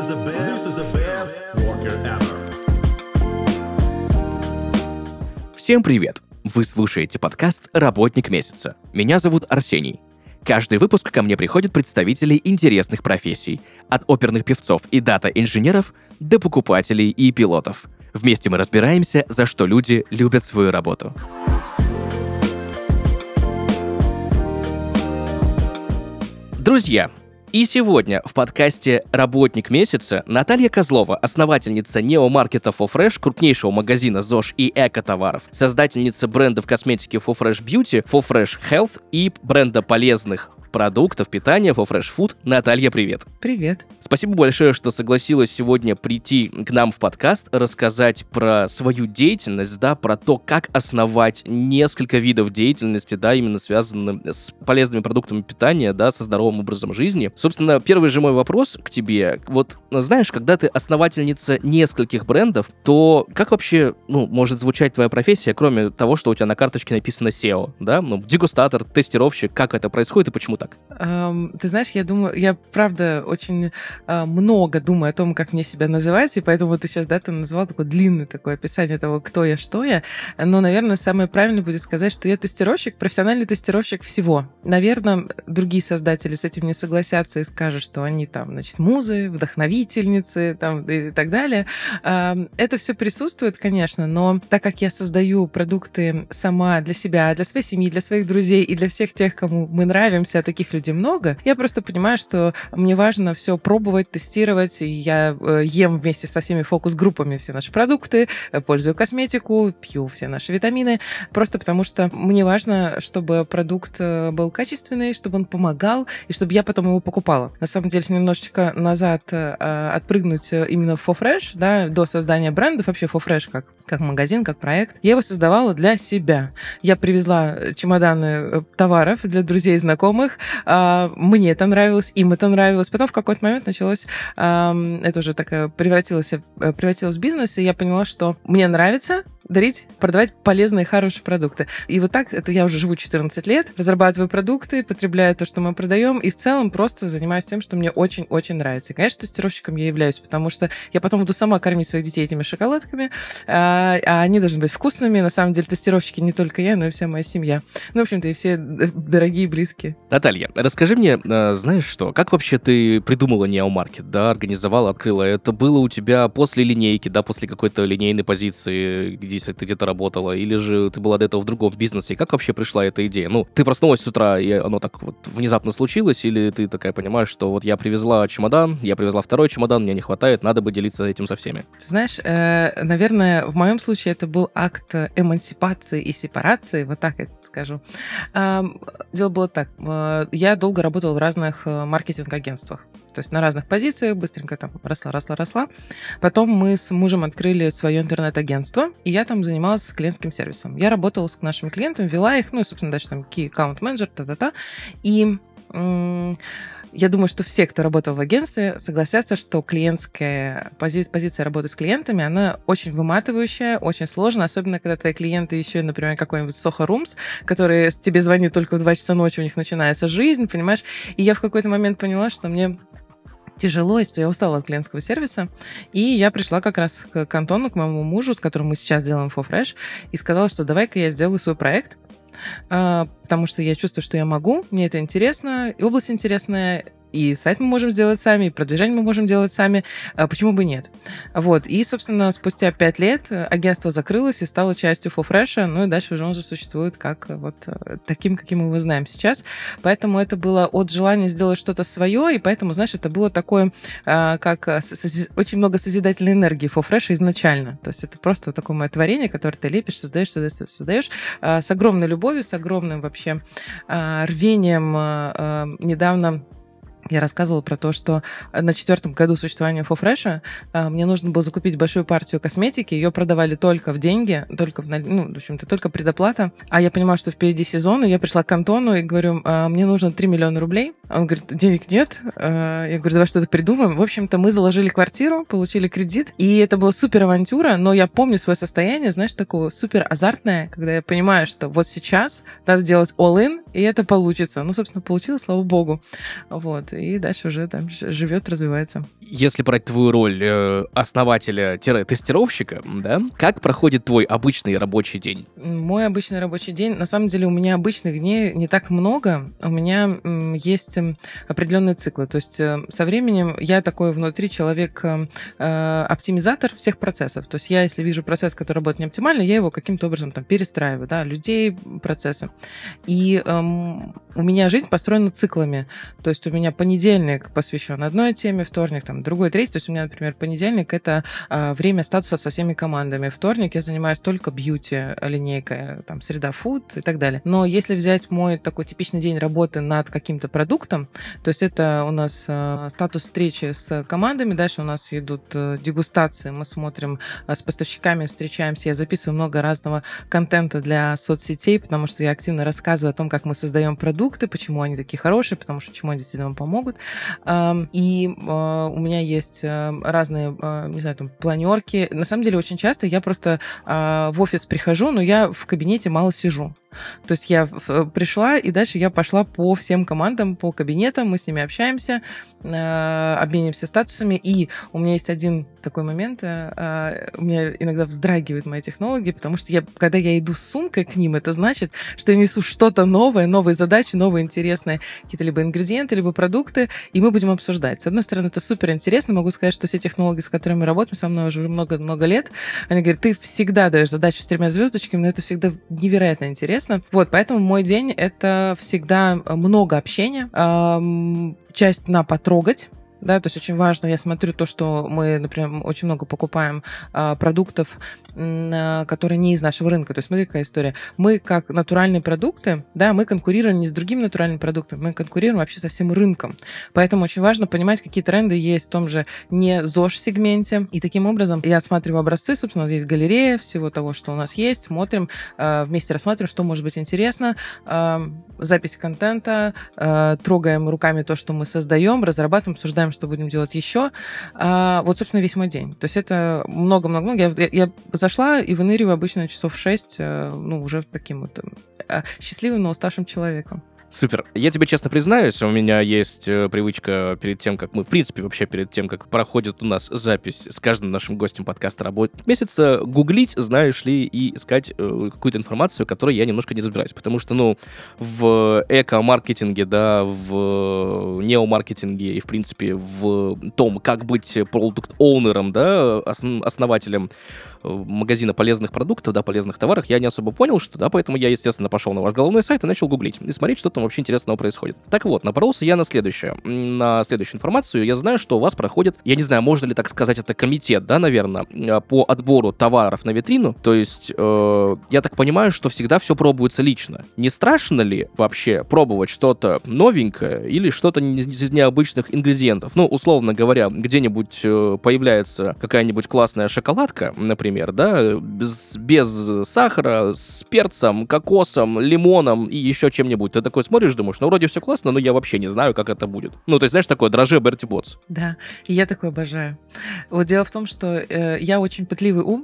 the best worker ever. Всем привет! Вы слушаете подкаст «Работник месяца». Меня зовут Арсений. Каждый выпуск ко мне приходят представители интересных профессий, от оперных певцов и дата-инженеров до покупателей и пилотов. Вместе мы разбираемся, за что люди любят свою работу. Друзья, и сегодня в подкасте «Работник месяца» Наталья Козлова, основательница неомаркета FoFresh, крупнейшего магазина ЗОЖ и эко-товаров, создательница брендов косметики FoFresh Beauty, FoFresh Health и бренда полезных продуктов питания FoFresh Food. Наталья, привет! Привет! Спасибо большое, что согласилась сегодня прийти к нам в подкаст, рассказать про свою деятельность, да, про то, как основать несколько видов деятельности, да, именно связанных с полезными продуктами питания, да, со здоровым образом жизни. Собственно, первый же мой вопрос к тебе. Вот, знаешь, когда ты основательница нескольких брендов, то как вообще, может звучать твоя профессия, кроме того, что у тебя на карточке написано SEO, да? Дегустатор, тестировщик, как это происходит и почему так? Ты знаешь, я правда очень много думаю о том, как мне себя называть, и поэтому ты сейчас, ты назвал такое длинное такое описание того, кто я, что я. Но, наверное, самое правильное будет сказать, что я тестировщик, профессиональный тестировщик всего. Наверное, другие создатели с этим не согласятся и скажут, что они там, значит, музы, вдохновительницы там, и так далее. Это все присутствует, конечно, но так как я создаю продукты сама для себя, для своей семьи, для своих друзей и для всех тех, кому мы нравимся, таких людей много, я просто понимаю, что мне важно все пробовать, тестировать, и я ем вместе со всеми фокус-группами все наши продукты, пользую косметику, пью все наши витамины, просто потому что мне важно, чтобы продукт был качественный, чтобы он помогал, и чтобы я потом его покупала. На самом деле, немножечко назад отпрыгнуть именно в FoFresh, да, до создания брендов, вообще FoFresh как магазин, как проект, я его создавала для себя. Я привезла чемоданы товаров для друзей и знакомых, мне это нравилось, им это нравилось. Потом в какой-то момент началось, это уже такая превратилось в бизнес, и я поняла, что мне нравится продавать полезные, хорошие продукты. И вот так, это я уже живу 14 лет, разрабатываю продукты, потребляю то, что мы продаем, и в целом просто занимаюсь тем, что мне очень-очень нравится. И, конечно, тестировщиком я являюсь, потому что я потом буду сама кормить своих детей этими шоколадками, а они должны быть вкусными. На самом деле, тестировщики не только я, но и вся моя семья. В общем-то, и все дорогие и близкие. Наталья, расскажи мне, знаешь что, как вообще ты придумала неомаркет, да, организовала, открыла? Это было у тебя после линейки, да, после какой-то линейной позиции, где ты где-то работала, или же ты была до этого в другом бизнесе? Как вообще пришла эта идея? Ты проснулась с утра, и оно так вот внезапно случилось, или ты такая понимаешь, что вот я привезла чемодан, я привезла второй чемодан, мне не хватает, надо бы делиться этим со всеми? Ты знаешь, наверное, в моем случае это был акт эмансипации и сепарации, вот так я скажу. Дело было так. Я долго работала в разных маркетинг-агентствах, то есть на разных позициях, быстренько там росла. Потом мы с мужем открыли свое интернет-агентство, и я там занималась клиентским сервисом. Я работала с нашими клиентами, вела их, и, собственно, дальше там key account manager, и я думаю, что все, кто работал в агентстве, согласятся, что клиентская позиция работы с клиентами, она очень выматывающая, очень сложная, особенно когда твои клиенты еще, например, какой-нибудь Soho Rooms, которые тебе звонят только в 2 часа ночи, у них начинается жизнь, понимаешь? И я в какой-то момент поняла, что мне тяжело, что я устала от клиентского сервиса, и я пришла как раз к Антону, к моему мужу, с которым мы сейчас делаем FoFresh, и сказала, что давай-ка я сделаю свой проект, потому что я чувствую, что я могу, мне это интересно, и область интересная, и сайт мы можем сделать сами, и продвижение мы можем делать сами. Почему бы нет? Вот. И, собственно, спустя 5 лет агентство закрылось и стало частью FoFresh, и дальше уже он же существует как вот таким, каким мы его знаем сейчас. Поэтому это было от желания сделать что-то свое, и поэтому, знаешь, это было такое, как очень много созидательной энергии FoFresh изначально. То есть это просто такое мое творение, которое ты лепишь, создаешь с огромной любовью, с огромным вообще рвением. Недавно я рассказывала про то, что на 4-м году существования FoFresh мне нужно было закупить большую партию косметики, ее продавали только в деньги, только в общем-то, только предоплата. А я понимала, что впереди сезон, и я пришла к Антону и говорю, мне нужно 3 миллиона рублей. Он говорит, денег нет. Я говорю, давай что-то придумаем. В общем-то, мы заложили квартиру, получили кредит, и это была супер авантюра, но я помню свое состояние, знаешь, такое супер азартное, когда я понимаю, что вот сейчас надо делать all-in, и это получится. Ну, собственно, получилось, слава богу. Вот, и дальше уже там живет, развивается. Если брать твою роль основателя-тестировщика, да, как проходит твой обычный рабочий день? Мой обычный рабочий день, на самом деле, у меня обычных дней не так много. У меня есть определенные циклы. То есть со временем я такой внутри человек-оптимизатор всех процессов. То есть я, если вижу процесс, который работает не оптимально, я его каким-то образом там перестраиваю, да, людей, процессы. И у меня жизнь построена циклами. То есть у меня понедельник посвящен одной теме, вторник там другой, третий. То есть у меня, например, понедельник — это время статусов со всеми командами. Вторник я занимаюсь только бьюти, линейкой, там, среда, фуд и так далее. Но если взять мой такой типичный день работы над каким-то продуктом, то есть это у нас статус встречи с командами, дальше у нас идут дегустации, мы смотрим с поставщиками, встречаемся, я записываю много разного контента для соцсетей, потому что я активно рассказываю о том, как мы создаем продукты, почему они такие хорошие, потому что чему они действительно вам помогут. И у меня есть разные, не знаю, там, планерки. На самом деле, очень часто я просто в офис прихожу, но я в кабинете мало сижу. То есть я пришла, и дальше я пошла по всем командам, по кабинетам, мы с ними общаемся, обмениваемся статусами, и у меня есть один такой момент, у меня иногда вздрагивают мои технологи, потому что когда я иду с сумкой к ним, это значит, что я несу что-то новое, новые задачи, новые интересные какие-то либо ингредиенты, либо продукты, и мы будем обсуждать. С одной стороны, это супер интересно, могу сказать, что все технологии, с которыми мы работаем, со мной уже много-много лет, они говорят, ты всегда даешь задачу с 3 звездочками, но это всегда невероятно интересно. Вот, поэтому мой день — это всегда много общения, часть на потрогать. Да, то есть очень важно, я смотрю то, что мы, например, очень много покупаем продуктов, которые не из нашего рынка. То есть смотри, какая история. Мы как натуральные продукты, да, мы конкурируем не с другими натуральными продуктами, мы конкурируем вообще со всем рынком. Поэтому очень важно понимать, какие тренды есть в том же не ЗОЖ-сегменте. И таким образом я отсматриваю образцы, собственно, здесь галерея всего того, что у нас есть, смотрим, вместе рассматриваем, что может быть интересно, запись контента, трогаем руками то, что мы создаем, разрабатываем, обсуждаем, что будем делать еще. Вот, собственно, весь мой день. То есть это много-много-много. Я зашла и выныриваю обычно часов 6, ну, уже таким вот счастливым, но уставшим человеком. Супер. Я тебе честно признаюсь, у меня есть привычка перед тем, как мы, в принципе, вообще перед тем, как проходит у нас запись с каждым нашим гостем подкаста «Работать месяца», гуглить, знаешь ли, и искать какую-то информацию, которой я немножко не разбираюсь. Потому что, ну, в эко-маркетинге, да, в неомаркетинге и, в принципе, в том, как быть продукт-оунером, да, основателем магазина полезных продуктов, да, полезных товаров, я не особо понял, что, да, поэтому я, естественно, пошел на ваш головной сайт и начал гуглить и смотреть, что там вообще интересного происходит. Так вот, напоролся я на следующую информацию. Я знаю, что у вас проходит, я не знаю, можно ли так сказать, это комитет, да, наверное, по отбору товаров на витрину. То есть, я так понимаю, что всегда все пробуется лично. Не страшно ли вообще пробовать что-то новенькое или что-то из необычных ингредиентов? Ну, условно говоря, где-нибудь появляется какая-нибудь классная шоколадка, например, да, без сахара, с перцем, кокосом, лимоном и еще чем-нибудь. Ты такой смотришь, думаешь, ну, вроде все классно, но я вообще не знаю, как это будет. Ну, то есть, знаешь, такое дрожжи Берти Ботс. Да, и я такое обожаю. Вот дело в том, что я очень пытливый ум.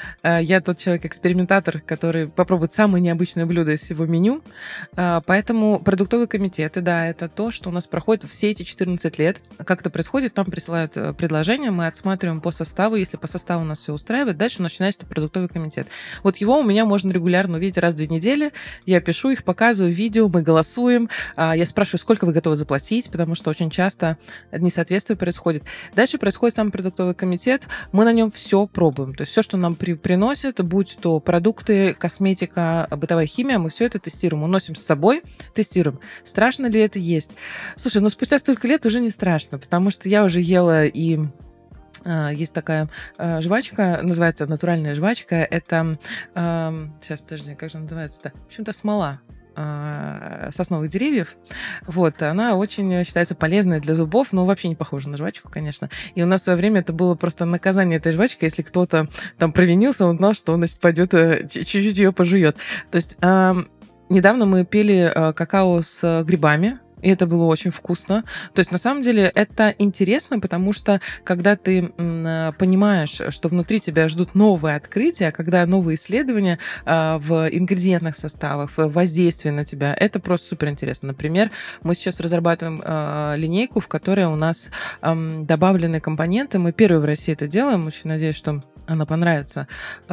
Я тот человек-экспериментатор, который попробует самые необычные блюда из всего меню. Поэтому продуктовые комитеты, да, это то, что у нас проходит все эти 14 лет. Как это происходит? Нам присылают предложения, мы отсматриваем по составу. Если по составу нас все устраивает, дальше начинается продуктовый комитет. Вот его у меня можно регулярно увидеть раз в 2 недели. Я пишу их, показываю видео, мы голосуем. Я спрашиваю, сколько вы готовы заплатить, потому что очень часто несоответствие происходит. Дальше происходит сам продуктовый комитет. Мы на нем все пробуем. То есть все, что нам приносят, будь то продукты, косметика, бытовая химия, мы все это тестируем, уносим с собой, тестируем. Страшно ли это есть? Слушай, ну спустя столько лет уже не страшно, потому что я уже ела и есть такая жвачка, называется натуральная жвачка. Это, сейчас, подожди, как же она называется-то? В общем-то, смола сосновых деревьев. Вот, она очень считается полезной для зубов, но вообще не похожа на жвачку, конечно. И у нас в свое время это было просто наказание этой жвачкой, если кто-то там провинился, он знал, что он, значит, пойдет чуть-чуть ее пожует. То есть недавно мы пили какао с грибами, И это было очень вкусно. То есть, на самом деле, это интересно, потому что, когда ты понимаешь, что внутри тебя ждут новые открытия, когда новые исследования в ингредиентных составах, в воздействии на тебя, это просто супер интересно. Например, мы сейчас разрабатываем линейку, в которой у нас добавлены компоненты. Мы первые в России это делаем. Очень надеюсь, что она понравится.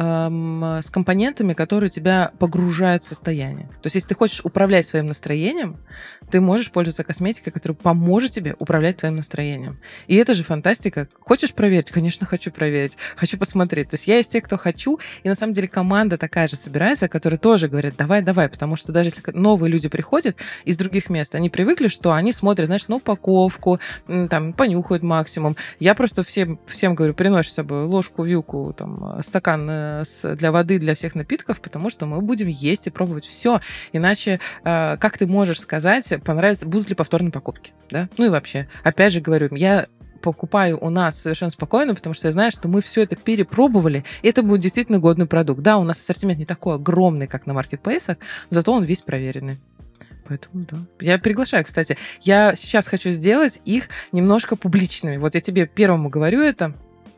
С компонентами, которые тебя погружают в состояние. То есть, если ты хочешь управлять своим настроением, ты можешь пользоваться косметикой, которая поможет тебе управлять твоим настроением. И это же фантастика. Хочешь проверить? Конечно, хочу проверить. Хочу посмотреть. То есть я из тех, кто хочу. И на самом деле команда такая же собирается, которая тоже говорит, давай, потому что даже если новые люди приходят из других мест, они привыкли, что они смотрят, знаешь, на упаковку, там, понюхают максимум. Я просто всем говорю, приносишь с собой ложку, вилку, там, стакан для воды, для всех напитков, потому что мы будем есть и пробовать все. Иначе как ты можешь сказать, понравится, будут ли повторные покупки, да? Ну и вообще, опять же говорю, я покупаю у нас совершенно спокойно, потому что я знаю, что мы все это перепробовали, и это будет действительно годный продукт. Да, у нас ассортимент не такой огромный, как на маркетплейсах, зато он весь проверенный. Поэтому, да. Я приглашаю, кстати. Я сейчас хочу сделать их немножко публичными. Вот я тебе первому говорю это.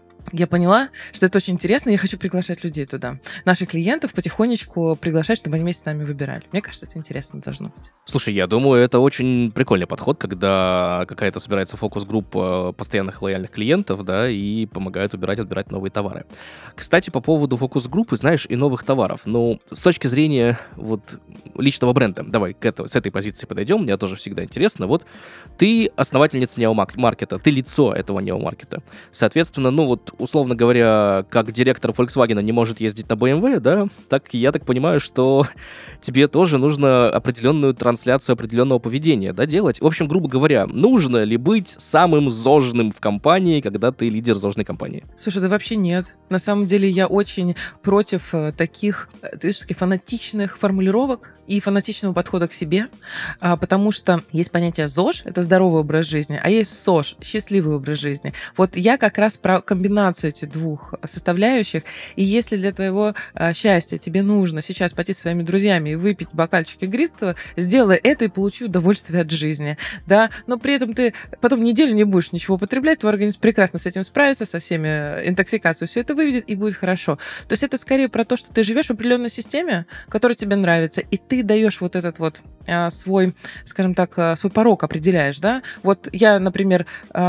Я поняла, что это очень интересно, и я хочу приглашать людей туда. Наших клиентов потихонечку приглашать, чтобы они вместе с нами выбирали. Мне кажется, это интересно должно быть. Слушай, я думаю, это очень прикольный подход, когда какая-то собирается фокус-группа постоянных лояльных клиентов, да, и помогают отбирать новые товары. Кстати, по поводу фокус-группы, знаешь, и новых товаров. Ну, с точки зрения вот личного бренда, давай с этой позиции подойдем, мне тоже всегда интересно. Вот ты основательница неомаркета, ты лицо этого неомаркета. Соответственно, ну вот, условно говоря, как директор Volkswagen не может ездить на BMW, да, так я так понимаю, что тебе тоже нужно определенную трансляцию определенного поведения, да, делать. В общем, грубо говоря, нужно ли быть самым зожным в компании, когда ты лидер зожной компании? Слушай, да вообще нет. На самом деле я очень против таких фанатичных формулировок и фанатичного подхода к себе, потому что есть понятие ЗОЖ, это здоровый образ жизни, а есть СОЖ, счастливый образ жизни. Вот я как раз про комбинацию этих двух составляющих, и если для твоего счастья тебе нужно сейчас пойти со своими друзьями и выпить бокальчик игристого, сделай это и получи удовольствие от жизни, да, но при этом ты потом неделю не будешь ничего употреблять, твой организм прекрасно с этим справится, со всеми интоксикацией все это выведет, и будет хорошо. То есть это скорее про то, что ты живешь в определенной системе, которая тебе нравится, и ты даешь вот этот вот свой, скажем так, свой порог определяешь, да. Вот я, например,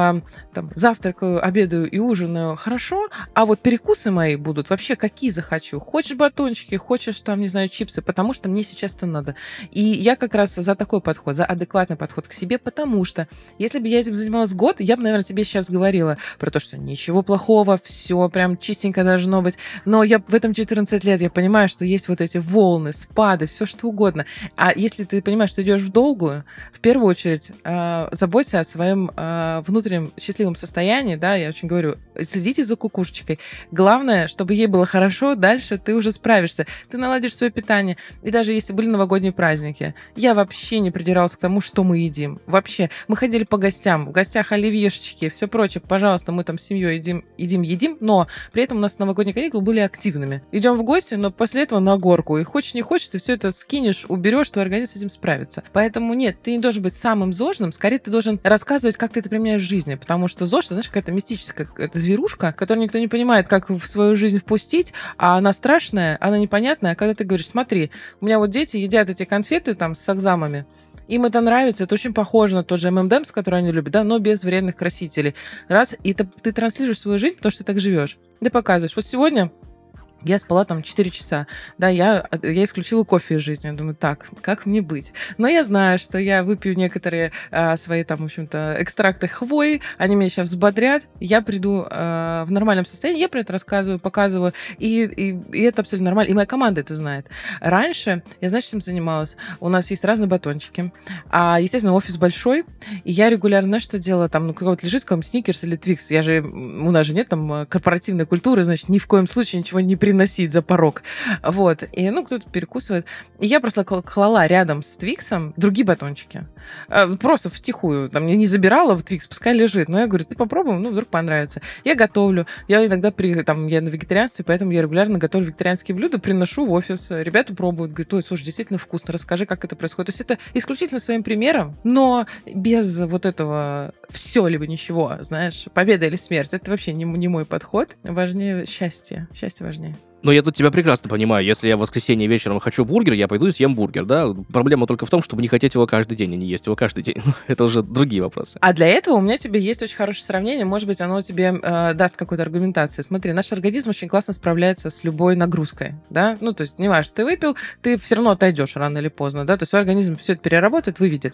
там, завтракаю, обедаю и ужинаю хорошо, а вот перекусы мои будут вообще какие захочу. Хочешь батончики, хочешь там, не знаю, чипсы, потому что мне сейчас это надо. И я как раз за такой подход, за адекватный подход к себе, потому что если бы я этим занималась год, я бы, наверное, тебе сейчас говорила про то, что ничего плохого, все прям чистенько должно быть. Но я в этом 14 лет, я понимаю, что есть вот эти волны, спады, все что угодно. А если ты понимаешь, что идешь в долгую, в первую очередь заботься о своем внутреннем счастливом состоянии, да, я очень говорю, следите за кукушечкой. Главное, чтобы ей было хорошо, дальше ты уже справишься. Ты наладишь свое питание. И даже если были новогодние праздники, я вообще не придиралась к тому, что мы едим. Вообще. Мы ходили по гостям. В гостях оливьешечки, все прочее. Пожалуйста, мы там с семьей едим, но при этом у нас новогодние каникулы были активными. Идем в гости, но после этого на горку. И хочешь не хочешь, ты все это скинешь, уберешь, твой организм с этим справится. Поэтому нет, ты не должен быть самым зожным, скорее ты должен рассказывать, как ты это применяешь в жизни. Потому что ЗОЖ, знаешь, какая-то мистическая зверушка, которую никто не понимает, как в свою жизнь впустить, а она страшная, она непонятная. А когда ты говоришь, смотри, у меня вот дети едят эти конфеты там с акзамами, им это нравится, это очень похоже на тот же ММДМС, который они любят, да, но без вредных красителей. Раз, и ты транслируешь свою жизнь, потому что ты так живешь. Ты показываешь. Вот сегодня я спала там 4 часа. Да, я исключила кофе из жизни. Я думаю, так, как мне быть? Но я знаю, что я выпью некоторые свои там, в общем-то, экстракты хвои, они меня сейчас взбодрят, я приду в нормальном состоянии, я про это рассказываю, показываю, и это абсолютно нормально. И моя команда это знает. Раньше, я, знаешь, чем занималась? У нас есть разные батончики. Естественно, офис большой, и я регулярно, знаешь, что делала? Там, ну, какой-то лежит какой-нибудь Сникерс или Твикс. У нас же нет там корпоративной культуры, значит, ни в коем случае ничего не переносить за порог. Вот. И, кто-то перекусывает. И я просто клала рядом с Твиксом другие батончики. Просто втихую. Там я не забирала в Твикс, пускай лежит. Но я говорю, ты попробуй, вдруг понравится. Я готовлю. Я иногда, я на вегетарианстве, поэтому я регулярно готовлю вегетарианские блюда, приношу в офис. Ребята пробуют. Говорят, ой, слушай, действительно вкусно. Расскажи, как это происходит. То есть это исключительно своим примером, но без вот этого все либо ничего, знаешь, победа или смерть. Это вообще не мой подход. Важнее счастье. Счастье важнее. Но я тут тебя прекрасно понимаю. Если я в воскресенье вечером хочу бургер, я пойду и съем бургер, да? Проблема только в том, чтобы не хотеть его каждый день, а не есть его каждый день. Это уже другие вопросы. А для этого у меня тебе есть очень хорошее сравнение. Может быть, оно тебе даст какую-то аргументацию. Смотри, наш организм очень классно справляется с любой нагрузкой, да? То есть, не важно, ты выпил, ты все равно отойдешь рано или поздно, да? То есть, организм все это переработает, выведет.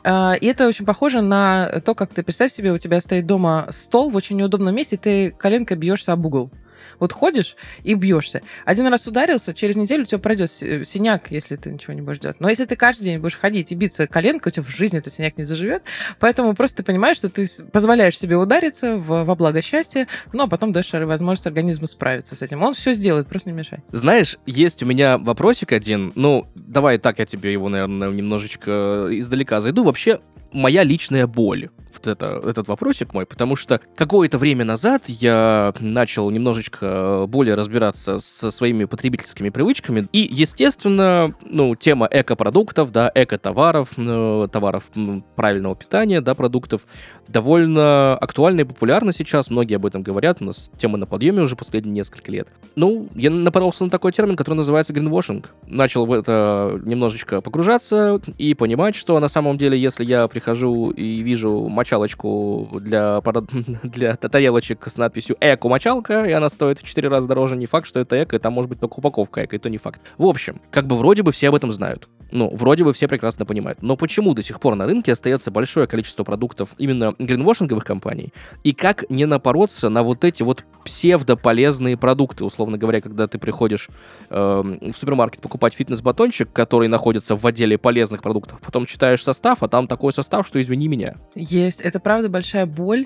И это очень похоже на то, как ты, представь себе, у тебя стоит дома стол в очень неудобном месте, и ты коленкой бьешься об угол. Вот ходишь и бьешься. Один раз ударился, через неделю у тебя пройдет синяк, если ты ничего не будешь делать. Но если ты каждый день будешь ходить и биться коленкой, у тебя в жизни этот синяк не заживет. Поэтому просто ты понимаешь, что ты позволяешь себе удариться во благо счастья, а потом даешь возможность организму справиться с этим. Он все сделает, просто не мешай. Знаешь, есть у меня вопросик один. Давай так, я тебе его, наверное, немножечко издалека зайду. Вообще, моя личная боль. Этот вопросик мой, потому что какое-то время назад я начал немножечко более разбираться со своими потребительскими привычками. И, естественно, тема экопродуктов, да, экотоваров, товаров правильного питания, да, продуктов, довольно актуальна и популярна сейчас. Многие об этом говорят. У нас тема на подъеме уже последние несколько лет. Я напоролся на такой термин, который называется гринвошинг. Начал в это немножечко погружаться и понимать, что на самом деле, если я прихожу и вижу мочалочку для тарелочек с надписью «Эко-мочалка», и она стоит в 4 раза дороже, не факт, что это эко, и там может быть только упаковка эко, и то не факт. В общем, вроде бы все об этом знают. Вроде бы все прекрасно понимают. Но почему до сих пор на рынке остается большое количество продуктов именно гринвошинговых компаний? И как не напороться на вот эти вот псевдополезные продукты? Условно говоря, когда ты приходишь в супермаркет покупать фитнес-батончик, который находится в отделе полезных продуктов, потом читаешь состав, а там такой состав, что извини меня. Есть. Это правда большая боль.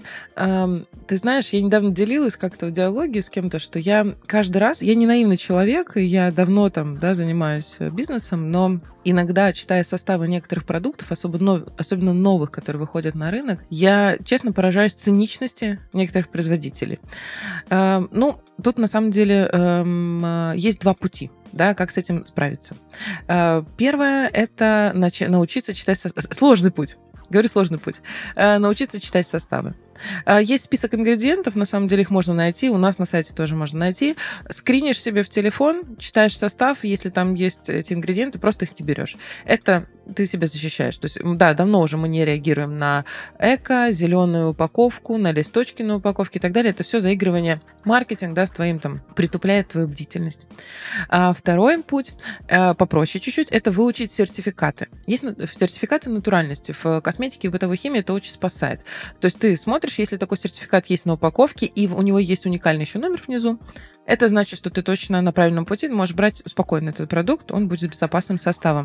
Ты знаешь, я недавно делилась как-то в диалоге с кем-то, что я каждый раз... Я не наивный человек, и я давно занимаюсь бизнесом, но иногда, читая составы некоторых продуктов, особенно новых, которые выходят на рынок, я, честно, поражаюсь циничности некоторых производителей. Тут на самом деле есть два пути, да, как с этим справиться. Первое — это научиться читать составы. Сложный путь. Говорю, сложный путь. Научиться читать составы. Есть список ингредиентов, на самом деле их можно найти, у нас на сайте тоже можно найти. Скринишь себе в телефон, читаешь состав, если там есть эти ингредиенты, просто их не берешь. Это ты себя защищаешь. То есть, да, давно уже мы не реагируем на эко, зеленую упаковку, на листочки на упаковке и так далее. Это все заигрывание маркетинг, да, с твоим притупляет твою бдительность. А второй путь, попроще чуть-чуть, это выучить сертификаты. Есть сертификаты натуральности. В косметике и бытовой химии это очень спасает. То есть ты смотришь, если такой сертификат есть на упаковке, и у него есть уникальный еще номер внизу, это значит, что ты точно на правильном пути, ты можешь брать спокойно этот продукт, он будет с безопасным составом.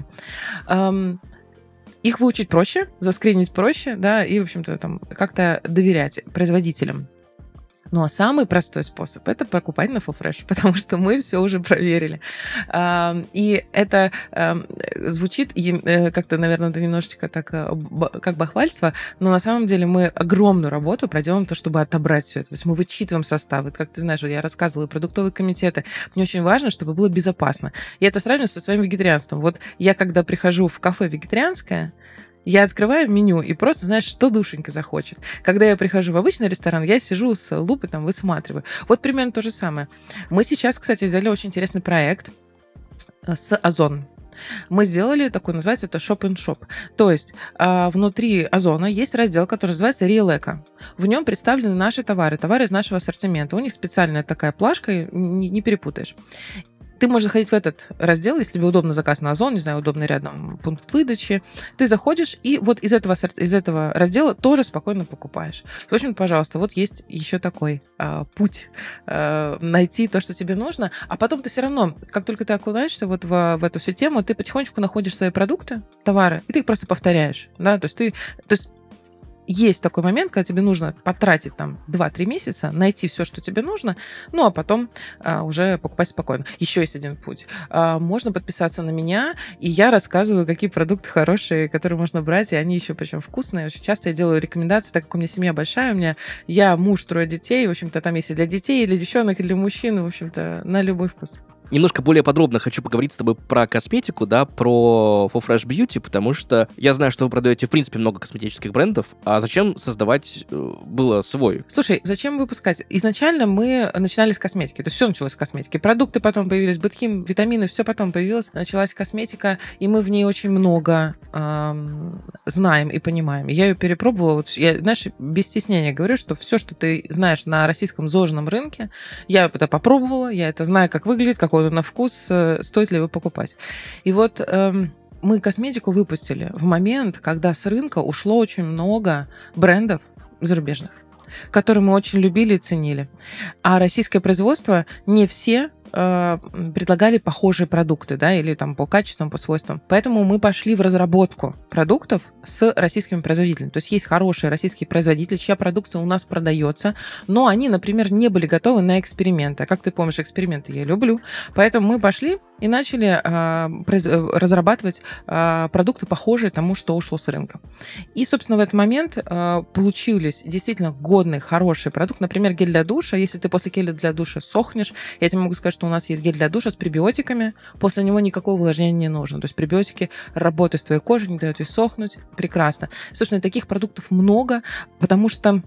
Их выучить проще, заскринить проще, да, и, в общем-то, как-то доверять производителям. Ну, а самый простой способ — это покупать на Full Fresh, потому что мы все уже проверили. И это звучит как-то, наверное, это немножечко так, как бахвальство, но на самом деле мы огромную работу проделаем, чтобы отобрать все это. То есть мы вычитываем составы. Как ты знаешь, я рассказывала, продуктовые комитеты. Мне очень важно, чтобы было безопасно. И это сравниваю со своим вегетарианством. Вот я, когда прихожу в кафе вегетарианское, я открываю меню и просто, знаешь, что душенька захочет. Когда я прихожу в обычный ресторан, я сижу с лупой, высматриваю. Вот примерно то же самое. Мы сейчас, кстати, сделали очень интересный проект с Озон. Мы сделали такой, называется это Shop in Shop. То есть внутри Озона есть раздел, который называется Real Eco. В нем представлены наши товары из нашего ассортимента. У них специальная такая плашка, не перепутаешь. Ты можешь заходить в этот раздел, если тебе удобно заказ на Озон, не знаю, удобный рядом пункт выдачи. Ты заходишь и вот из этого раздела тоже спокойно покупаешь. В общем, пожалуйста, вот есть еще такой путь найти то, что тебе нужно, а потом ты все равно, как только ты окунаешься вот в эту всю тему, ты потихонечку находишь свои продукты, товары, и ты их просто повторяешь. Да? То есть есть такой момент, когда тебе нужно потратить там 2-3 месяца, найти все, что тебе нужно, ну, а потом уже покупать спокойно. Еще есть один путь. Можно подписаться на меня, и я рассказываю, какие продукты хорошие, которые можно брать, и они еще причем вкусные. Очень часто я делаю рекомендации, так как у меня семья большая, я муж, 3 детей, в общем-то, там есть и для детей, и для девчонок, и для мужчин, в общем-то, на любой вкус. Немножко более подробно хочу поговорить с тобой про косметику, да, про For Fresh Beauty, потому что я знаю, что вы продаете, в принципе, много косметических брендов, а зачем создавать было свой? Слушай, зачем выпускать? Изначально мы начинали с косметики, то есть все началось с косметики. Продукты потом появились, Бетхим, витамины, все потом появилось, началась косметика, и мы в ней очень много знаем и понимаем. Я ее перепробовала, я, знаешь, без стеснения говорю, что все, что ты знаешь на российском ЗОЖном рынке, я это попробовала, я это знаю, как выглядит, какой он на вкус, стоит ли его покупать. И вот мы косметику выпустили в момент, когда с рынка ушло очень много брендов зарубежных, которые мы очень любили и ценили. А российское производство не все предлагали похожие продукты, да, или там по качествам, по свойствам. Поэтому мы пошли в разработку продуктов с российскими производителями. То есть есть хорошие российские производители, чья продукция у нас продается, но они, например, не были готовы на эксперименты. А как ты помнишь, эксперименты я люблю. Поэтому мы пошли и начали разрабатывать продукты, похожие тому, что ушло с рынка. И, собственно, в этот момент получились действительно годный, хороший продукт. Например, гель для душа. Если ты после геля для душа сохнешь, я тебе могу сказать, что у нас есть гель для душа с пребиотиками. После него никакого увлажнения не нужно. То есть пребиотики работают с твоей кожей, не дают ей сохнуть. Прекрасно. Собственно, таких продуктов много, потому что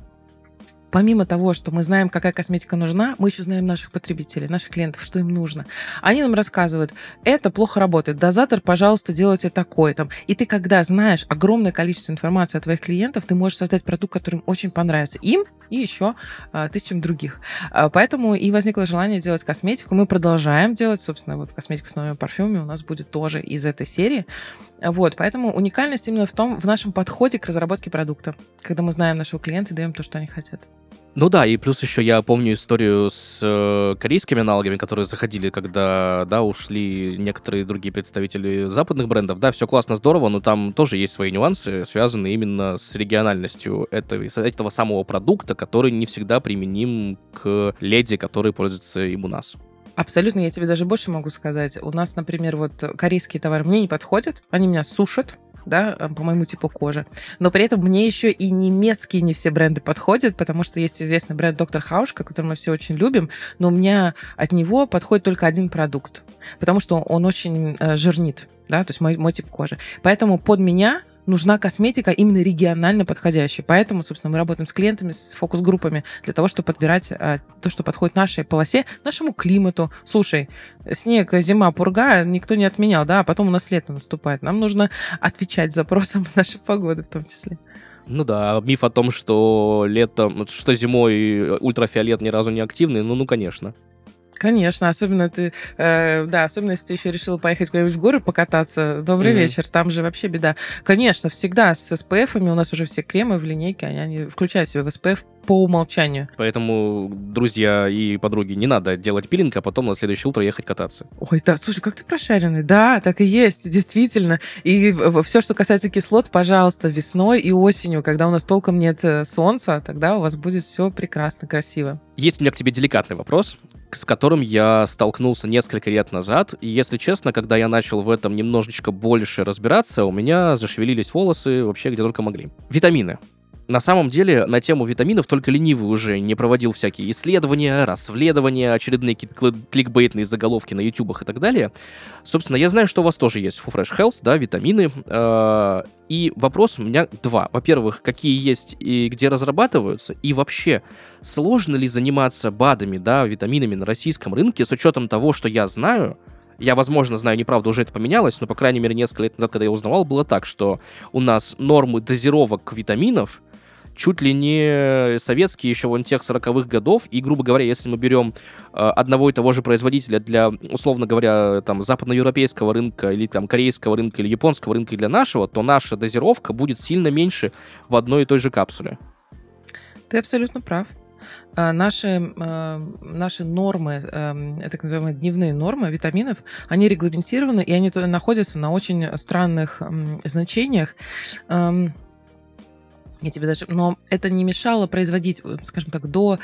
помимо того, что мы знаем, какая косметика нужна, мы еще знаем наших потребителей, наших клиентов, что им нужно. Они нам рассказывают, это плохо работает, дозатор, пожалуйста, делайте такой. Там. И ты, когда знаешь огромное количество информации от твоих клиентов, ты можешь создать продукт, который им очень понравится. Им и еще тысячам других. Поэтому и возникло желание делать косметику. Мы продолжаем делать, собственно, вот косметику с новыми парфюмами у нас будет тоже из этой серии. Вот, поэтому уникальность именно в нашем подходе к разработке продукта, когда мы знаем нашего клиента и даем то, что они хотят. Ну да, и плюс еще я помню историю с корейскими аналогами, которые заходили, когда, да, ушли некоторые другие представители западных брендов. Да, все классно, здорово, но там тоже есть свои нюансы, связанные именно с региональностью этого самого продукта, который не всегда применим к леди, которые пользуются им у нас. Абсолютно, я тебе даже больше могу сказать. У нас, например, вот корейские товары мне не подходят, они меня сушат, да, по моему типу кожи. Но при этом мне еще и немецкие не все бренды подходят, потому что есть известный бренд Доктор Хаушка, который мы все очень любим, но у меня от него подходит только один продукт, потому что он очень жирнит, да, то есть мой тип кожи. Поэтому под меня нужна косметика именно регионально подходящая. Поэтому, собственно, мы работаем с клиентами, с фокус-группами для того, чтобы подбирать то, что подходит нашей полосе, нашему климату. Слушай, снег, зима, пурга никто не отменял, да, а потом у нас лето наступает. Нам нужно отвечать запросам нашей погоды в том числе. Ну да, миф о том, что летом, что зимой ультрафиолет ни разу не активный, ну конечно. Конечно, особенно особенно если ты еще решила поехать куда-нибудь в горы покататься. Добрый вечер, там же вообще беда. Конечно, всегда с SPF-ами у нас уже все кремы в линейке, они включают в себя в SPF по умолчанию. Поэтому, друзья и подруги, не надо делать пилинг, а потом на следующее утро ехать кататься. Ой, да, слушай, как ты прошаренный. Да, так и есть, действительно. И все, что касается кислот, пожалуйста, весной и осенью, когда у нас толком нет солнца, тогда у вас будет все прекрасно, красиво. Есть у меня к тебе деликатный вопрос, с которым я столкнулся несколько лет назад. И, если честно, когда я начал в этом немножечко больше разбираться, у меня зашевелились волосы вообще где только могли. Витамины. На самом деле, на тему витаминов только ленивый уже не проводил всякие исследования, расследования, очередные какие-то кликбейтные заголовки на ютубах и так далее. Собственно, я знаю, что у вас тоже есть For Fresh Health, да, витамины. И вопрос у меня два. Во-первых, какие есть и где разрабатываются? И вообще, сложно ли заниматься БАДами, да, витаминами на российском рынке с учетом того, что я знаю? Я, возможно, знаю, неправда, уже это поменялось, но, по крайней мере, несколько лет назад, когда я узнавал, было так, что у нас нормы дозировок витаминов чуть ли не советские еще вон тех 40-х годов, и, грубо говоря, если мы берем одного и того же производителя для, условно говоря, там, западноевропейского рынка, или там корейского рынка, или японского рынка, и для нашего, то наша дозировка будет сильно меньше в одной и той же капсуле. Ты абсолютно прав. Наши нормы, так называемые дневные нормы витаминов, они регламентированы, и они находятся на очень странных значениях. Я тебе даже... Но это не мешало производить, скажем так, до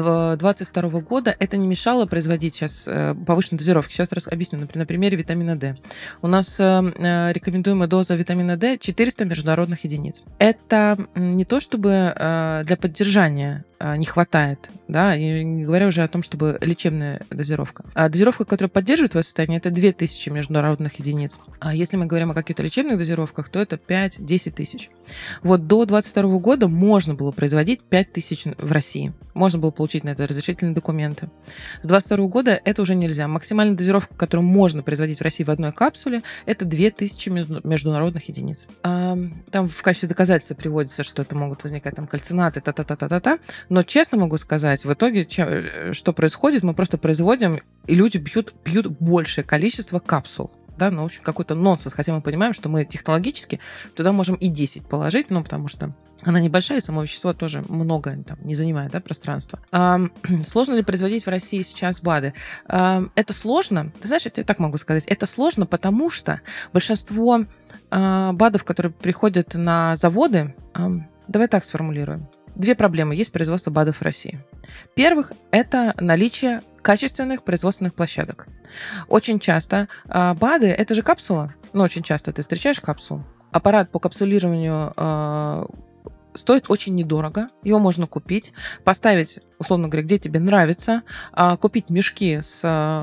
2022 года, это не мешало производить сейчас повышенные дозировки. Сейчас объясню, например, на примере витамина D. У нас рекомендуемая доза витамина D 400 международных единиц. Это не то, чтобы для поддержания не хватает, да, и не говоря уже о том, чтобы лечебная дозировка. А дозировка, которая поддерживает твое состояние, это 2000 международных единиц. А если мы говорим о каких-то лечебных дозировках, то это 5-10 тысяч. Вот до 2022 года можно было производить 5000 в России. Можно было получить на это разрешительные документы. С 2022 года это уже нельзя. Максимальная дозировка, которую можно производить в России в одной капсуле, это 2000 международных единиц. Там в качестве доказательства приводится, что это могут возникать там кальцинаты, та-та-та-та-та-та. Но честно могу сказать, в итоге что происходит? Мы просто производим, и люди пьют большее количество капсул. Да, ну, в общем, какой-то нонсенс. Хотя мы понимаем, что мы технологически туда можем и 10 положить, ну, потому что она небольшая, и само вещество тоже много там, не занимает, да, пространства. Сложно ли производить в России сейчас БАДы? Это сложно. Ты знаешь, я так могу сказать. Это сложно, потому что большинство БАДов, которые приходят на заводы, давай так сформулируем. Две проблемы есть производство БАДов в России. Первых – это наличие качественных производственных площадок. Очень часто БАДы – это же капсула. Ну, очень часто ты встречаешь капсулу. Аппарат по капсулированию стоит очень недорого. Его можно купить, поставить, условно говоря, где тебе нравится, купить мешки с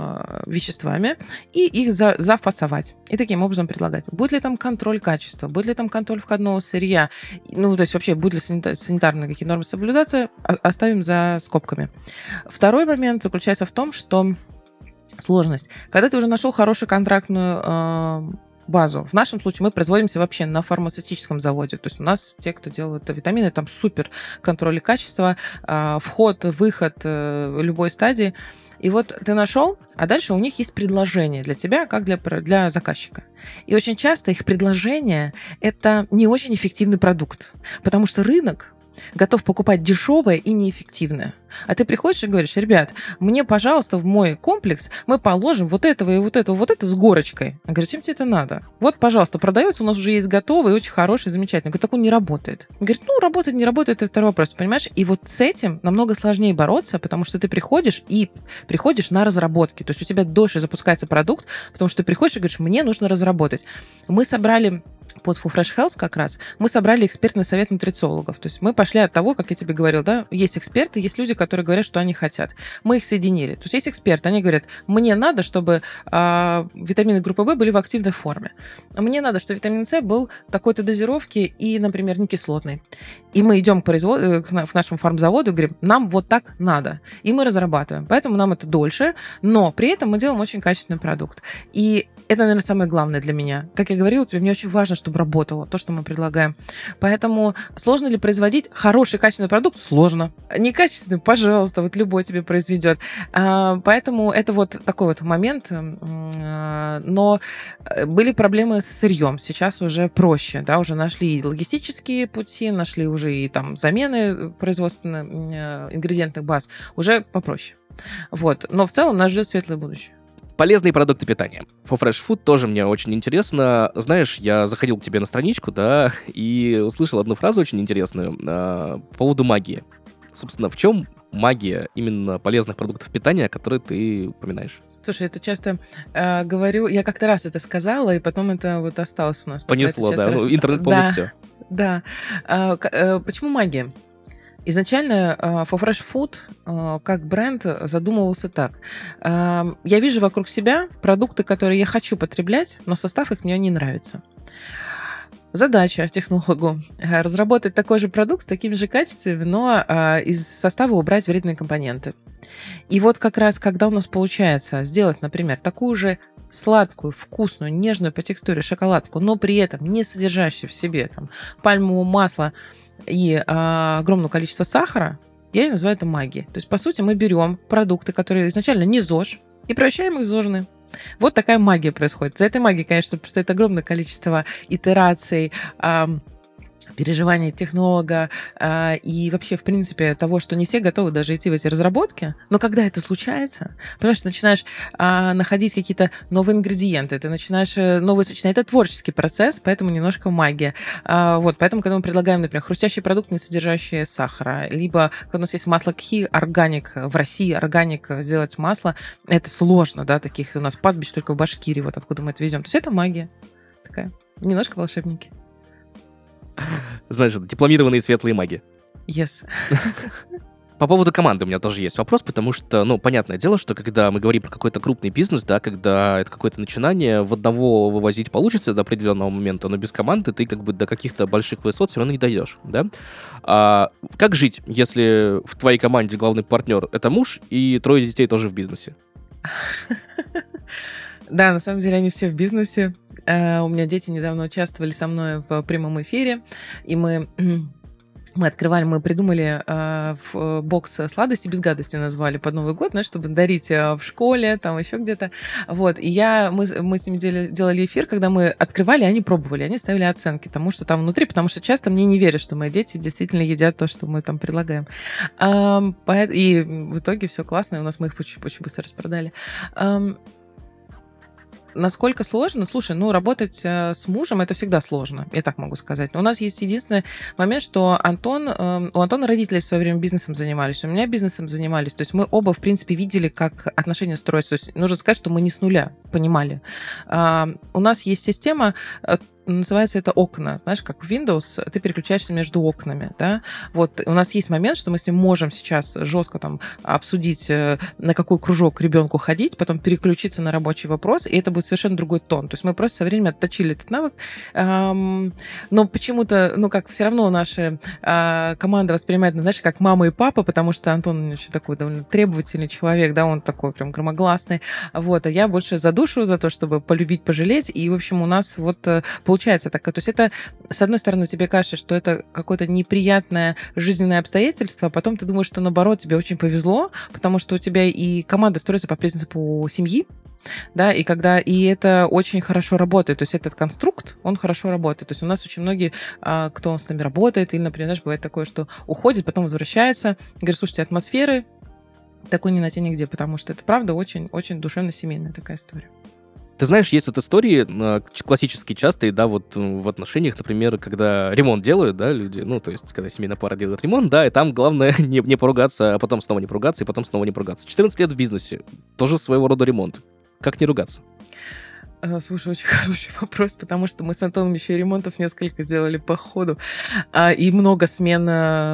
веществами и их зафасовать. И таким образом предлагать. Будет ли там контроль качества, будет ли там контроль входного сырья, ну, то есть вообще, будут ли санитарные какие нормы соблюдаться, оставим за скобками. Второй момент заключается в том, что сложность. Когда ты уже нашел хорошую контрактную базу. В нашем случае мы производимся вообще на фармацевтическом заводе. То есть у нас те, кто делают витамины, там супер контроль качества, вход, выход любой стадии. И вот ты нашел, а дальше у них есть предложение для тебя, как для заказчика. И очень часто их предложение – это не очень эффективный продукт, потому что рынок готов покупать дешевое и неэффективное. А ты приходишь и говоришь: ребят, мне, пожалуйста, в мой комплекс мы положим вот этого и вот этого, вот это с горочкой. Я говорю: зачем тебе это надо? Вот, пожалуйста, продается, у нас уже есть готовый, очень хороший, замечательный. Я говорю: такой не работает. Он говорит: ну, работает, не работает, это второй вопрос, понимаешь? И вот с этим намного сложнее бороться, потому что ты приходишь на разработки. То есть у тебя дольше запускается продукт, потому что ты приходишь и говоришь: мне нужно разработать. Мы собрали под For Fresh Health как раз, мы собрали экспертный совет нутрициологов. То есть мы пошли от того, как я тебе говорил, да, есть эксперты, есть люди, которые говорят, что они хотят. Мы их соединили. То есть эксперты, они говорят: мне надо, чтобы витамины группы В были в активной форме. Мне надо, чтобы витамин С был такой-то дозировки и, например, не кислотный. И мы идем к нашему фармзаводу и говорим: нам вот так надо. И мы разрабатываем. Поэтому нам это дольше, но при этом мы делаем очень качественный продукт. И это, наверное, самое главное для меня. Как я говорила тебе, мне очень важно, чтобы работало то, что мы предлагаем. Поэтому сложно ли производить хороший качественный продукт? Сложно. Некачественный, пожалуйста, вот любой тебе произведет. Поэтому это вот такой вот момент. Но были проблемы с сырьем. Сейчас уже проще, да, уже нашли и логистические пути, нашли уже и там замены производственных ингредиентных баз. Уже попроще. Вот. Но в целом нас ждет светлое будущее. Полезные продукты питания. For Fresh Food тоже мне очень интересно. Знаешь, я заходил к тебе на страничку, да, и услышал одну фразу очень интересную по поводу магии. Собственно, в чем магия именно полезных продуктов питания, которые ты упоминаешь? Слушай, это часто говорю, я как-то раз это сказала, и потом это вот осталось у нас. Понесло, да, интернет помнит все. Да. Почему магия? Изначально For Fresh Food как бренд задумывался так. Я вижу вокруг себя продукты, которые я хочу потреблять, но состав их мне не нравится. Задача технологу – разработать такой же продукт с такими же качествами, но из состава убрать вредные компоненты. И вот как раз, когда у нас получается сделать, например, такую же сладкую, вкусную, нежную по текстуре шоколадку, но при этом не содержащую в себе там пальмового масла и огромное количество сахара, я называю это магией. То есть, по сути, мы берем продукты, которые изначально не ЗОЖ, и превращаем их в ЗОЖные. Вот такая магия происходит. За этой магией, конечно, стоит огромное количество итераций, переживания технолога и вообще, в принципе, того, что не все готовы даже идти в эти разработки. Но когда это случается, потому что начинаешь находить какие-то новые ингредиенты, ты начинаешь новые сочетания. Это творческий процесс, поэтому немножко магия. Вот, поэтому, когда мы предлагаем, например, хрустящий продукт, не содержащий сахара, либо когда у нас есть масло кхи, органик, в России органик сделать масло, это сложно, да, таких у нас пастбищ только в Башкирии, вот откуда мы это везем. То есть это магия такая, немножко волшебники. Знаешь, дипломированные светлые маги. Yes. По поводу команды у меня тоже есть вопрос, потому что, ну, понятное дело, что когда мы говорим про какой-то крупный бизнес, да, когда это какое-то начинание, в одного вывозить получится до определенного момента, но без команды ты как бы до каких-то больших высот все равно не дойдешь, да? Как жить, если в твоей команде главный партнер — это муж, и 3 детей тоже в бизнесе? Да, на самом деле они все в бизнесе. У меня дети недавно участвовали со мной в прямом эфире, и мы придумали бокс сладости без гадости назвали под Новый год, знаешь, чтобы дарить в школе, там еще где-то. Вот. И мы с ними делали эфир, когда мы открывали, они пробовали, они ставили оценки тому, что там внутри, потому что часто мне не верят, что мои дети действительно едят то, что мы там предлагаем. И в итоге все классно, и у нас мы их очень быстро распродали. Насколько сложно? Слушай, работать с мужем это всегда сложно, я так могу сказать. Но у нас есть единственный момент, что у Антона родители в свое время бизнесом занимались, у меня бизнесом занимались. То есть мы оба, в принципе, видели, как отношения строятся. То есть нужно сказать, что мы не с нуля понимали. У нас есть система, называется это окна. Знаешь, как в Windows, ты переключаешься между окнами, да? Вот у нас есть момент, что мы с ним можем сейчас жестко там обсудить, на какой кружок ребенку ходить, потом переключиться на рабочий вопрос, и это будет совершенно другой тон. То есть мы просто со временем отточили этот навык, но почему-то, как все равно наша команда воспринимает, знаешь, как мама и папа, потому что Антон еще такой довольно требовательный человек, да, он такой прям громогласный, вот, а я больше за душу, за то, чтобы полюбить, пожалеть, и, в общем, у нас вот получается так. То есть это, с одной стороны, тебе кажется, что это какое-то неприятное жизненное обстоятельство, а потом ты думаешь, что, наоборот, тебе очень повезло, потому что у тебя и команда строится по принципу семьи, да, и это очень хорошо работает. То есть этот конструкт, он хорошо работает. То есть у нас очень многие, кто с нами работает, или, например, знаешь, бывает такое, что уходит, потом возвращается, говорит, слушайте, атмосферы такой не найти нигде, потому что это, правда, очень душевно-семейная такая история. Ты знаешь, есть вот истории классические, частые, да, вот в отношениях, например, когда ремонт делают, да, люди, то есть, когда семейная пара делает ремонт, да, и там главное не поругаться, а потом снова не поругаться, и потом снова не поругаться. 14 лет в бизнесе, тоже своего рода ремонт. Как не ругаться? Слушай, очень хороший вопрос, потому что мы с Антоном еще и ремонтов несколько сделали по ходу, и много смен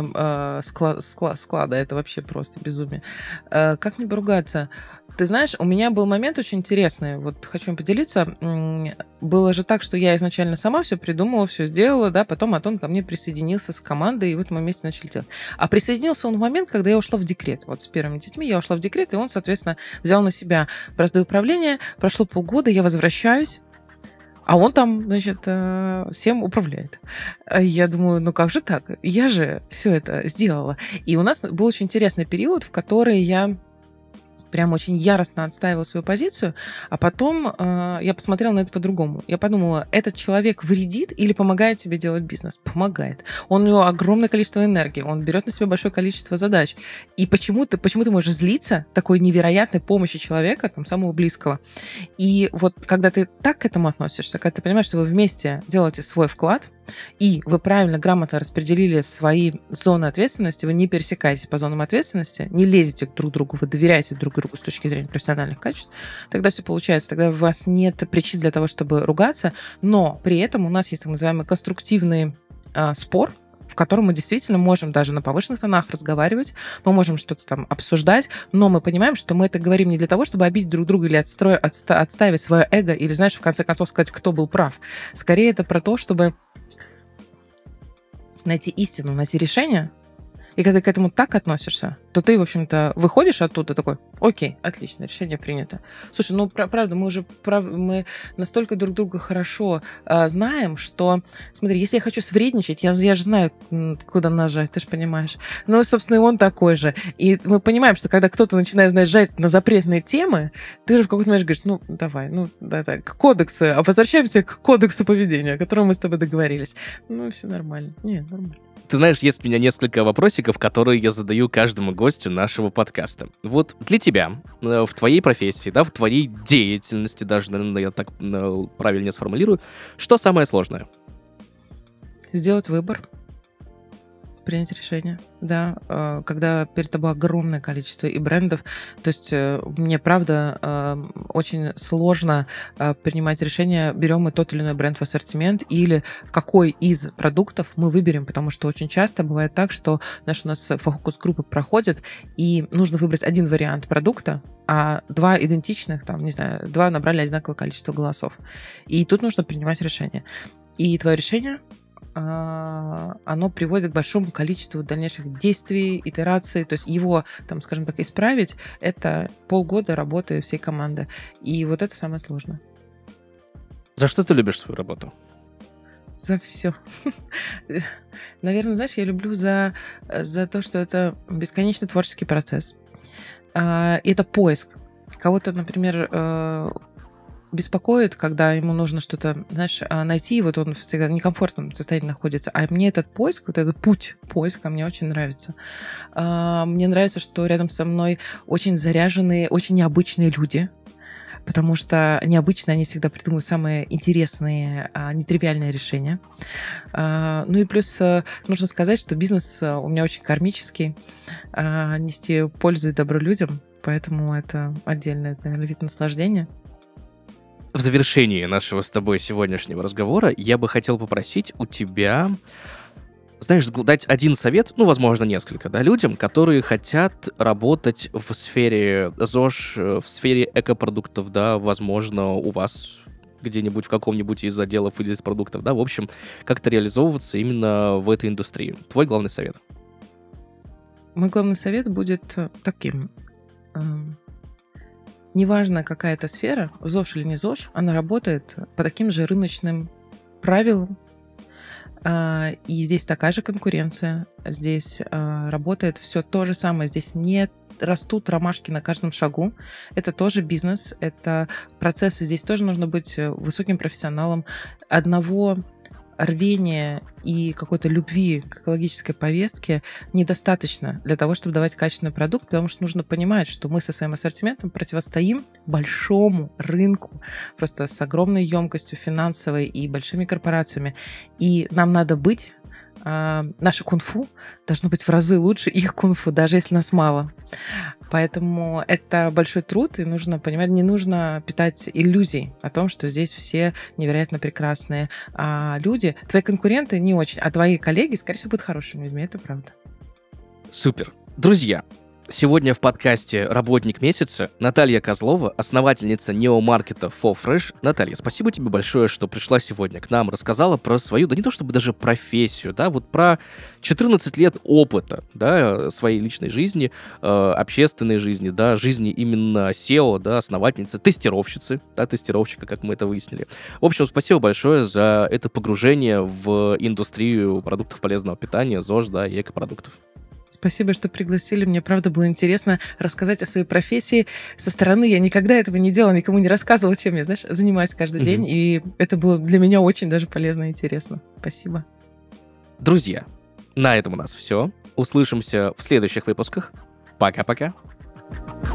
склада. Это вообще просто безумие. Как не поругаться? Ты знаешь, у меня был момент очень интересный, вот хочу им поделиться. Было же так, что я изначально сама все придумала, все сделала, да, потом Антон ко мне присоединился с командой, и вот мы вместе начали делать. А присоединился он в момент, когда я ушла в декрет. Вот с первыми детьми я ушла в декрет, и он, соответственно, взял на себя бразды управления. Прошло полгода, я возвращаюсь, а он там, значит, всем управляет. Я думаю, как же так? Я же все это сделала. И у нас был очень интересный период, в который я прям очень яростно отстаивала свою позицию, а потом я посмотрела на это по-другому. Я подумала, этот человек вредит или помогает тебе делать бизнес? Помогает. У него огромное количество энергии, он берет на себя большое количество задач. И почему ты можешь злиться такой невероятной помощи человека, там, самого близкого? И вот когда ты так к этому относишься, когда ты понимаешь, что вы вместе делаете свой вклад, и вы правильно, грамотно распределили свои зоны ответственности, вы не пересекаетесь по зонам ответственности, не лезете друг к другу, вы доверяете друг другу с точки зрения профессиональных качеств, тогда все получается, тогда у вас нет причин для того, чтобы ругаться, но при этом у нас есть так называемый конструктивный спор, в котором мы действительно можем даже на повышенных тонах разговаривать, мы можем что-то там обсуждать, но мы понимаем, что мы это говорим не для того, чтобы обидеть друг друга или отставить свое эго, или, знаешь, в конце концов сказать, кто был прав. Скорее это про то, чтобы найти истину, найти решение. И когда ты к этому так относишься, то ты, в общем-то, выходишь оттуда такой, окей, отлично, решение принято. Слушай, ну, правда, мы настолько друг друга хорошо знаем, что, смотри, если я хочу свредничать, я же знаю, куда нажать, ты же понимаешь. Ну, собственно, и он такой же. И мы понимаем, что когда кто-то начинает, знаешь, жать на запретные темы, ты же в какой-то момент говоришь, ну, давай, ну, да, к кодексу, а возвращаемся к кодексу поведения, о котором мы с тобой договорились. Ну, все нормально. Нет, нормально. Ты знаешь, есть у меня несколько вопросиков, которые я задаю каждому гостю нашего подкаста. Вот для тебя, в твоей профессии, да, в твоей деятельности, даже, наверное, я так правильнее сформулирую, что самое сложное? Сделать выбор, принять решение, да, когда перед тобой огромное количество и брендов, то есть мне, правда, очень сложно принимать решение, берем мы тот или иной бренд в ассортимент или какой из продуктов мы выберем, потому что очень часто бывает так, что, знаешь, у нас фокус-группы проходят, и нужно выбрать один вариант продукта, а два идентичных, там, не знаю, два набрали одинаковое количество голосов. И тут нужно принимать решение. И твое решение оно приводит к большому количеству дальнейших действий, итераций, то есть его, там, скажем так, исправить, это полгода работы всей команды. И вот это самое сложное. За что ты любишь свою работу? За все. Наверное, знаешь, я люблю за то, что это бесконечный творческий процесс. И это поиск. Кого-то, например, беспокоит, когда ему нужно что-то, знаешь, найти, и вот он всегда в некомфортном состоянии находится. А мне этот поиск, вот этот путь поиска мне очень нравится. Мне нравится, что рядом со мной очень заряженные, очень необычные люди, потому что необычно они всегда придумывают самые интересные, нетривиальные решения. Ну и плюс нужно сказать, что бизнес у меня очень кармический, нести пользу и добро людям, поэтому это отдельный, наверное, вид наслаждения. В завершении нашего с тобой сегодняшнего разговора я бы хотел попросить у тебя, знаешь, дать один совет, ну, возможно, несколько, да, людям, которые хотят работать в сфере ЗОЖ, в сфере экопродуктов, да, возможно, у вас где-нибудь в каком-нибудь из отделов или из продуктов, да, в общем, как-то реализовываться именно в этой индустрии. Твой главный совет. Мой главный совет будет таким. Неважно, какая это сфера, ЗОЖ или не ЗОЖ, она работает по таким же рыночным правилам. И здесь такая же конкуренция. Здесь работает все то же самое. Здесь не растут ромашки на каждом шагу. Это тоже бизнес, это процессы. Здесь тоже нужно быть высоким профессионалом. Одного рвения и какой-то любви к экологической повестке недостаточно для того, чтобы давать качественный продукт, потому что нужно понимать, что мы со своим ассортиментом противостоим большому рынку, просто с огромной емкостью финансовой и большими корпорациями. И нам надо быть, наше кунг-фу должно быть в разы лучше их кунг-фу, даже если нас мало. Поэтому это большой труд, и нужно понимать, не нужно питать иллюзий о том, что здесь все невероятно прекрасные люди. Твои конкуренты не очень, а твои коллеги, скорее всего, будут хорошими людьми, это правда. Супер. Друзья, сегодня в подкасте «Работник месяца» Наталья Козлова, основательница неомаркета ForFresh. Наталья, спасибо тебе большое, что пришла сегодня к нам, рассказала про свою, да не то чтобы даже профессию, да, вот про 14 лет опыта, да, своей личной жизни, общественной жизни, да, жизни именно SEO, да, основательницы, тестировщицы, да, тестировщика, как мы это выяснили. В общем, спасибо большое за это погружение в индустрию продуктов полезного питания, ЗОЖ, да, и экопродуктов. Спасибо, что пригласили. Мне, правда, было интересно рассказать о своей профессии. Со стороны я никогда этого не делала, никому не рассказывала, чем я, знаешь, занимаюсь каждый день. И это было для меня очень даже полезно и интересно. Спасибо. Друзья, на этом у нас все. Услышимся в следующих выпусках. Пока-пока.